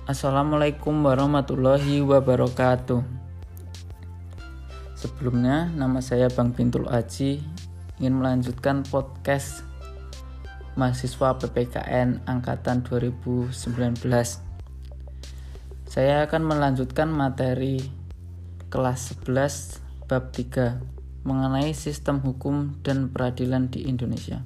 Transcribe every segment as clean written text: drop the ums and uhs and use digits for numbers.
Assalamualaikum warahmatullahi wabarakatuh. Sebelumnya, nama saya Bang Bintul Aji, ingin melanjutkan podcast mahasiswa PPKN Angkatan 2019. Saya akan melanjutkan materi kelas 11 bab 3 mengenai sistem hukum dan peradilan di Indonesia.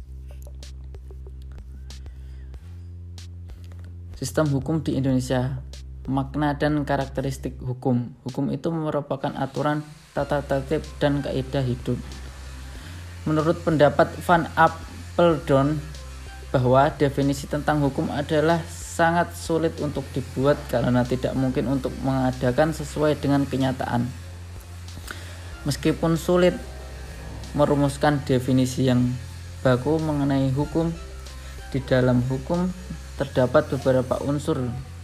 Sistem hukum di Indonesia, makna dan karakteristik hukum. Hukum itu merupakan aturan, tata tertib, dan kaidah hidup. Menurut pendapat Van Apeldoorn bahwa definisi tentang hukum adalah sangat sulit untuk dibuat karena tidak mungkin untuk mengadakan sesuai dengan kenyataan. Meskipun sulit merumuskan definisi yang baku mengenai hukum, di dalam hukum terdapat beberapa unsur,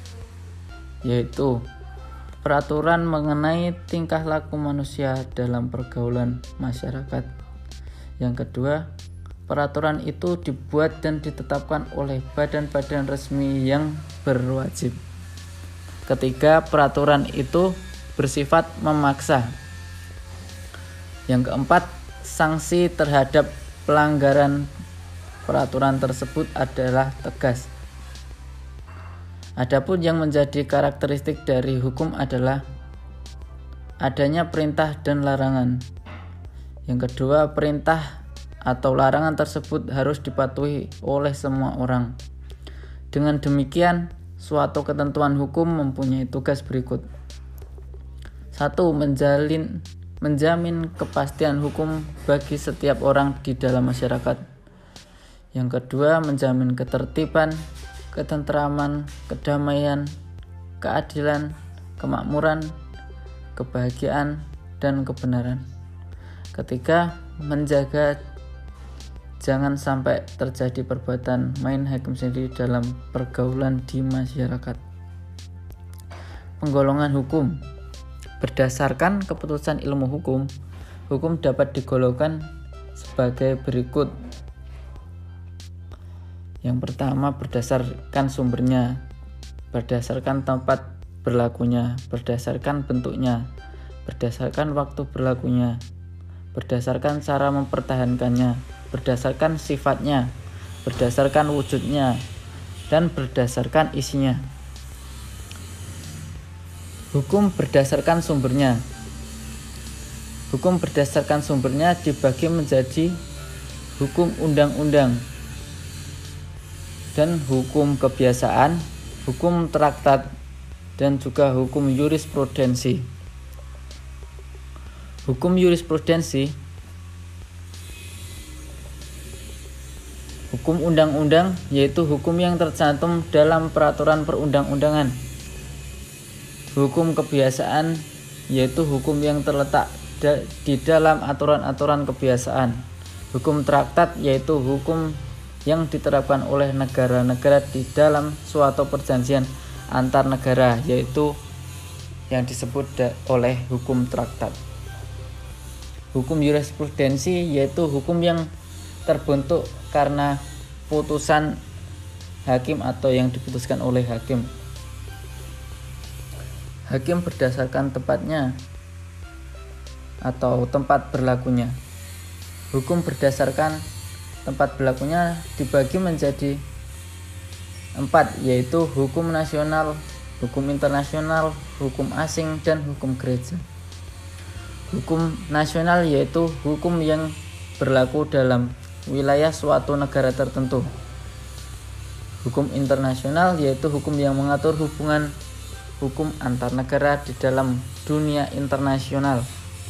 yaitu peraturan mengenai tingkah laku manusia dalam pergaulan masyarakat. Yang kedua, peraturan itu dibuat dan ditetapkan oleh badan-badan resmi yang berwajib. Ketiga, peraturan itu bersifat memaksa. Yang keempat, sanksi terhadap pelanggaran peraturan tersebut adalah tegas. Adapun yang menjadi karakteristik dari hukum adalah adanya perintah dan larangan. Yang kedua, perintah atau larangan tersebut harus dipatuhi oleh semua orang. Dengan demikian, suatu ketentuan hukum mempunyai tugas berikut. 1. Menjamin kepastian hukum bagi setiap orang di dalam masyarakat. Yang kedua, menjamin ketertiban, ketentraman, kedamaian, keadilan, kemakmuran, kebahagiaan, dan kebenaran. Ketiga, menjaga jangan sampai terjadi perbuatan main hakim sendiri dalam pergaulan di masyarakat. Penggolongan hukum. Berdasarkan keputusan ilmu hukum, hukum dapat digolongkan sebagai berikut. Yang pertama, berdasarkan sumbernya, berdasarkan tempat berlakunya, berdasarkan bentuknya, berdasarkan waktu berlakunya, berdasarkan cara mempertahankannya, berdasarkan sifatnya, berdasarkan wujudnya, dan berdasarkan isinya. Hukum berdasarkan sumbernya. Hukum berdasarkan sumbernya dibagi menjadi hukum undang-undang dan hukum kebiasaan, hukum traktat, dan juga hukum jurisprudensi. Hukum jurisprudensi, hukum undang-undang, yaitu hukum yang tercantum dalam peraturan perundang-undangan. Hukum kebiasaan, yaitu hukum yang terletak di dalam aturan-aturan kebiasaan. Hukum traktat, yaitu hukum yang diterapkan oleh negara-negara di dalam suatu perjanjian antar negara, yaitu yang disebut oleh hukum traktat. Hukum jurisprudensi, yaitu hukum yang terbentuk karena putusan hakim atau yang diputuskan oleh hakim. Hakim berdasarkan tempatnya atau tempat berlakunya. Hukum berdasarkan tempat berlakunya dibagi menjadi 4, yaitu hukum nasional, hukum internasional, hukum asing, dan hukum gereja. Hukum nasional yaitu hukum yang berlaku dalam wilayah suatu negara tertentu. Hukum internasional yaitu hukum yang mengatur hubungan hukum antar negara di dalam dunia internasional.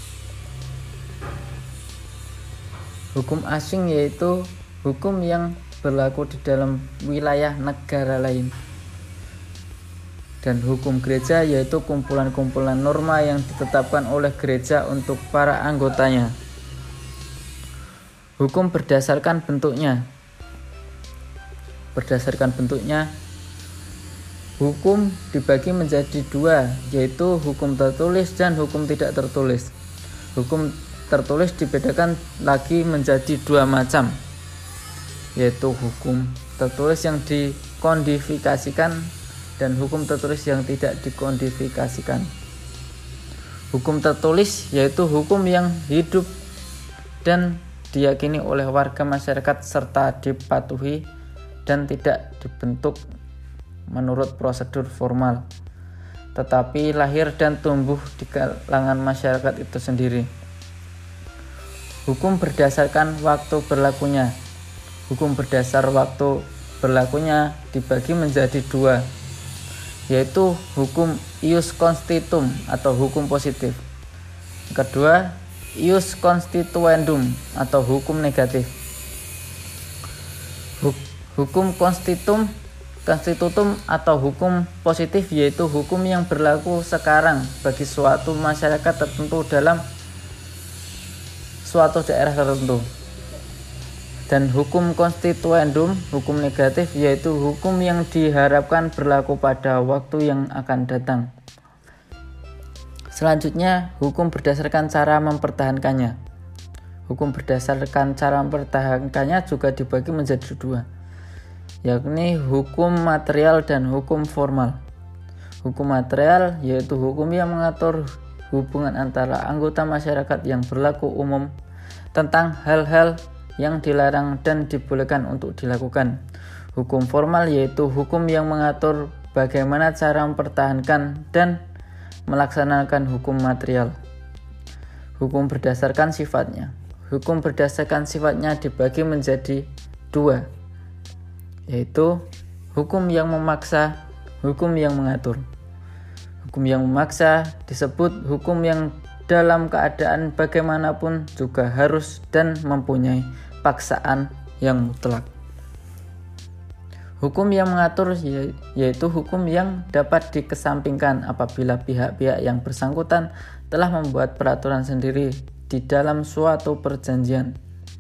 Hukum asing yaitu hukum yang berlaku di dalam wilayah negara lain. Dan hukum gereja yaitu kumpulan-kumpulan norma yang ditetapkan oleh gereja untuk para anggotanya. Hukum berdasarkan bentuknya. Berdasarkan bentuknya, hukum dibagi menjadi 2, yaitu hukum tertulis dan hukum tidak tertulis. Hukum tertulis dibedakan lagi menjadi 2 macam, yaitu hukum tertulis yang dikodifikasikan dan hukum tertulis yang tidak dikodifikasikan. Hukum tertulis yaitu hukum yang hidup dan diyakini oleh warga masyarakat serta dipatuhi dan tidak dibentuk menurut prosedur formal, tetapi lahir dan tumbuh di kalangan masyarakat itu sendiri. Hukum berdasarkan waktu berlakunya. Hukum berdasar waktu berlakunya dibagi menjadi dua, yaitu hukum ius constitutum atau hukum positif. Kedua, ius constituendum atau hukum negatif. Hukum constitutum atau hukum positif yaitu hukum yang berlaku sekarang bagi suatu masyarakat tertentu dalam suatu daerah tertentu. Dan hukum constituendum, hukum negatif, yaitu hukum yang diharapkan berlaku pada waktu yang akan datang. Selanjutnya, hukum berdasarkan cara mempertahankannya. Hukum berdasarkan cara mempertahankannya juga dibagi menjadi dua, yakni hukum material dan hukum formal. Hukum material yaitu hukum yang mengatur hubungan antara anggota masyarakat yang berlaku umum tentang hal-hal yang dilarang dan dibolehkan untuk dilakukan. Hukum formal yaitu hukum yang mengatur bagaimana cara mempertahankan dan melaksanakan hukum material. Hukum berdasarkan sifatnya. Hukum berdasarkan sifatnya dibagi menjadi dua, yaitu hukum yang memaksa, hukum yang mengatur. Hukum yang memaksa disebut hukum yang dalam keadaan bagaimanapun juga harus dan mempunyai paksaan yang mutlak. Hukum yang mengatur yaitu hukum yang dapat dikesampingkan apabila pihak-pihak yang bersangkutan telah membuat peraturan sendiri di dalam suatu perjanjian.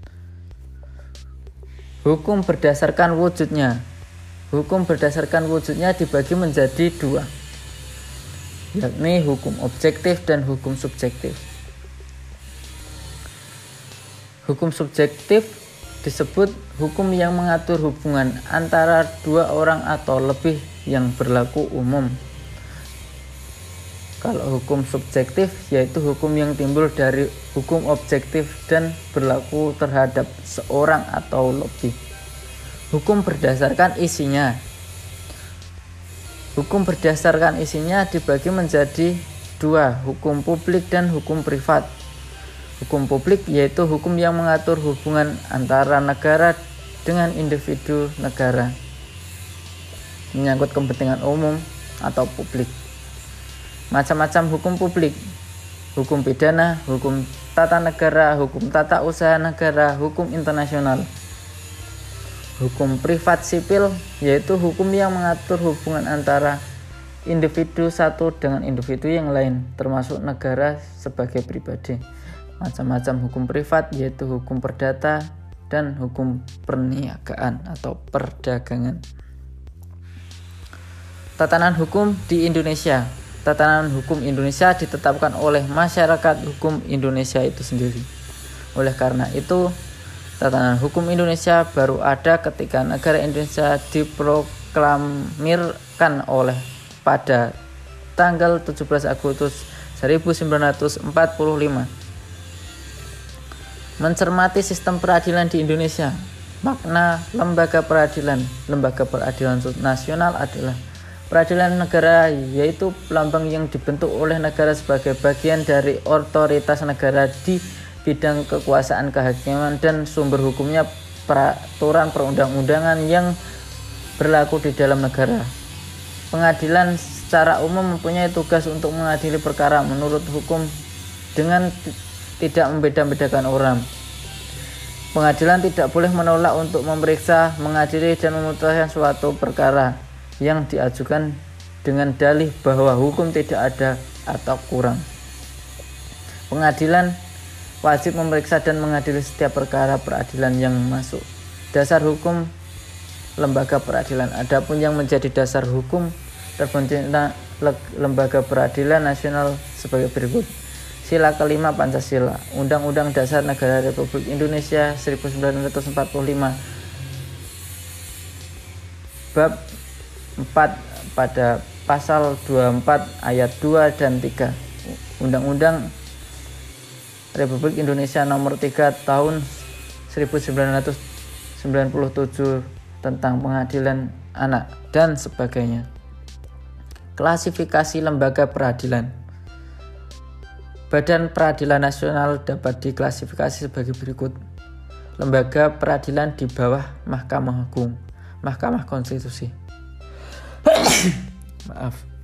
Hukum berdasarkan wujudnya. Hukum berdasarkan wujudnya dibagi menjadi dua, yakni hukum objektif dan hukum subjektif. Hukum subjektif disebut hukum yang mengatur hubungan antara dua orang atau lebih yang berlaku umum. Kalau hukum subjektif yaitu hukum yang timbul dari hukum objektif dan berlaku terhadap seorang atau lebih. Hukum berdasarkan isinya. Hukum berdasarkan isinya dibagi menjadi dua, hukum publik dan hukum privat. Hukum publik yaitu hukum yang mengatur hubungan antara negara dengan individu negara, menyangkut kepentingan umum atau publik. Macam-macam hukum publik: hukum pidana, hukum tata negara, hukum tata usaha negara, hukum internasional. Hukum privat sipil yaitu hukum yang mengatur hubungan antara individu satu dengan individu yang lain, termasuk negara sebagai pribadi. Macam-macam hukum privat yaitu hukum perdata dan hukum perniagaan atau perdagangan. Tatanan hukum di Indonesia. Tatanan hukum Indonesia ditetapkan oleh masyarakat hukum Indonesia itu sendiri. Oleh karena itu, tatanan hukum Indonesia baru ada ketika negara Indonesia diproklamirkan oleh pada tanggal 17 Agustus 1945. Mencermati sistem peradilan di Indonesia. Makna lembaga peradilan. Lembaga peradilan nasional adalah peradilan negara, yaitu lambang yang dibentuk oleh negara sebagai bagian dari otoritas negara di bidang kekuasaan kehakiman dan sumber hukumnya peraturan perundang-undangan yang berlaku di dalam negara. Pengadilan secara umum mempunyai tugas untuk mengadili perkara menurut hukum dengan tidak membeda-bedakan orang. Pengadilan tidak boleh menolak untuk memeriksa, mengadili, dan memutuskan suatu perkara yang diajukan dengan dalih bahwa hukum tidak ada atau kurang. Pengadilan wajib memeriksa dan mengadili setiap perkara peradilan yang masuk dasar hukum lembaga peradilan. Adapun yang menjadi dasar hukum terbentuknya lembaga peradilan nasional sebagai berikut. Sila kelima Pancasila, Undang-Undang Dasar Negara Republik Indonesia 1945, Bab pada pasal 24 ayat 2 dan 3 Undang-Undang Republik Indonesia nomor 3 tahun 1997 tentang pengadilan anak dan sebagainya. Klasifikasi lembaga peradilan. Badan Peradilan Nasional dapat diklasifikasi sebagai berikut. Lembaga peradilan di bawah Mahkamah Agung, Mahkamah Konstitusi. Maaf.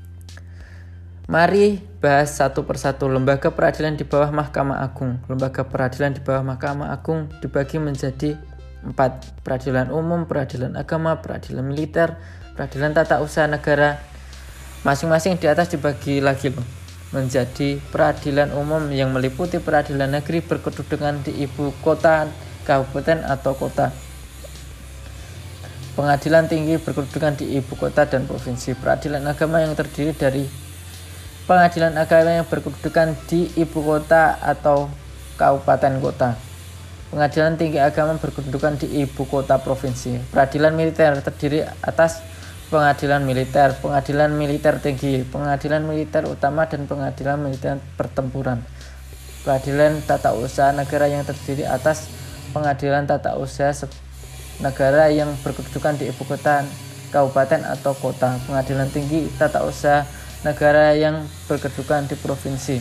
Mari bahas satu persatu. Lembaga peradilan di bawah Mahkamah Agung. Lembaga peradilan di bawah Mahkamah Agung dibagi menjadi 4. Peradilan umum, peradilan agama, peradilan militer, peradilan tata usaha negara. Masing-masing di atas dibagi lagi menjadi peradilan umum yang meliputi peradilan negeri berkedudukan di ibu kota, kabupaten atau kota. Pengadilan tinggi berkedudukan di ibu kota dan provinsi. Peradilan agama yang terdiri dari pengadilan agama yang berkedudukan di ibu kota atau kabupaten kota. Pengadilan tinggi agama berkedudukan di ibu kota provinsi. Peradilan militer terdiri atas pengadilan militer tinggi, pengadilan militer utama, dan pengadilan militer pertempuran. Peradilan tata usaha negara yang terdiri atas pengadilan tata usaha negara yang berkedudukan di ibu kota, kabupaten atau kota. Pengadilan tinggi tata usaha negara yang berkedudukan di provinsi.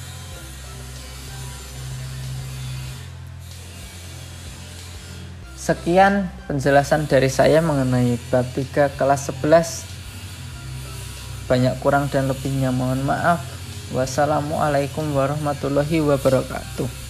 Sekian penjelasan dari saya mengenai bab 3 kelas 11. Banyak kurang dan lebihnya mohon maaf. Wassalamualaikum warahmatullahi wabarakatuh.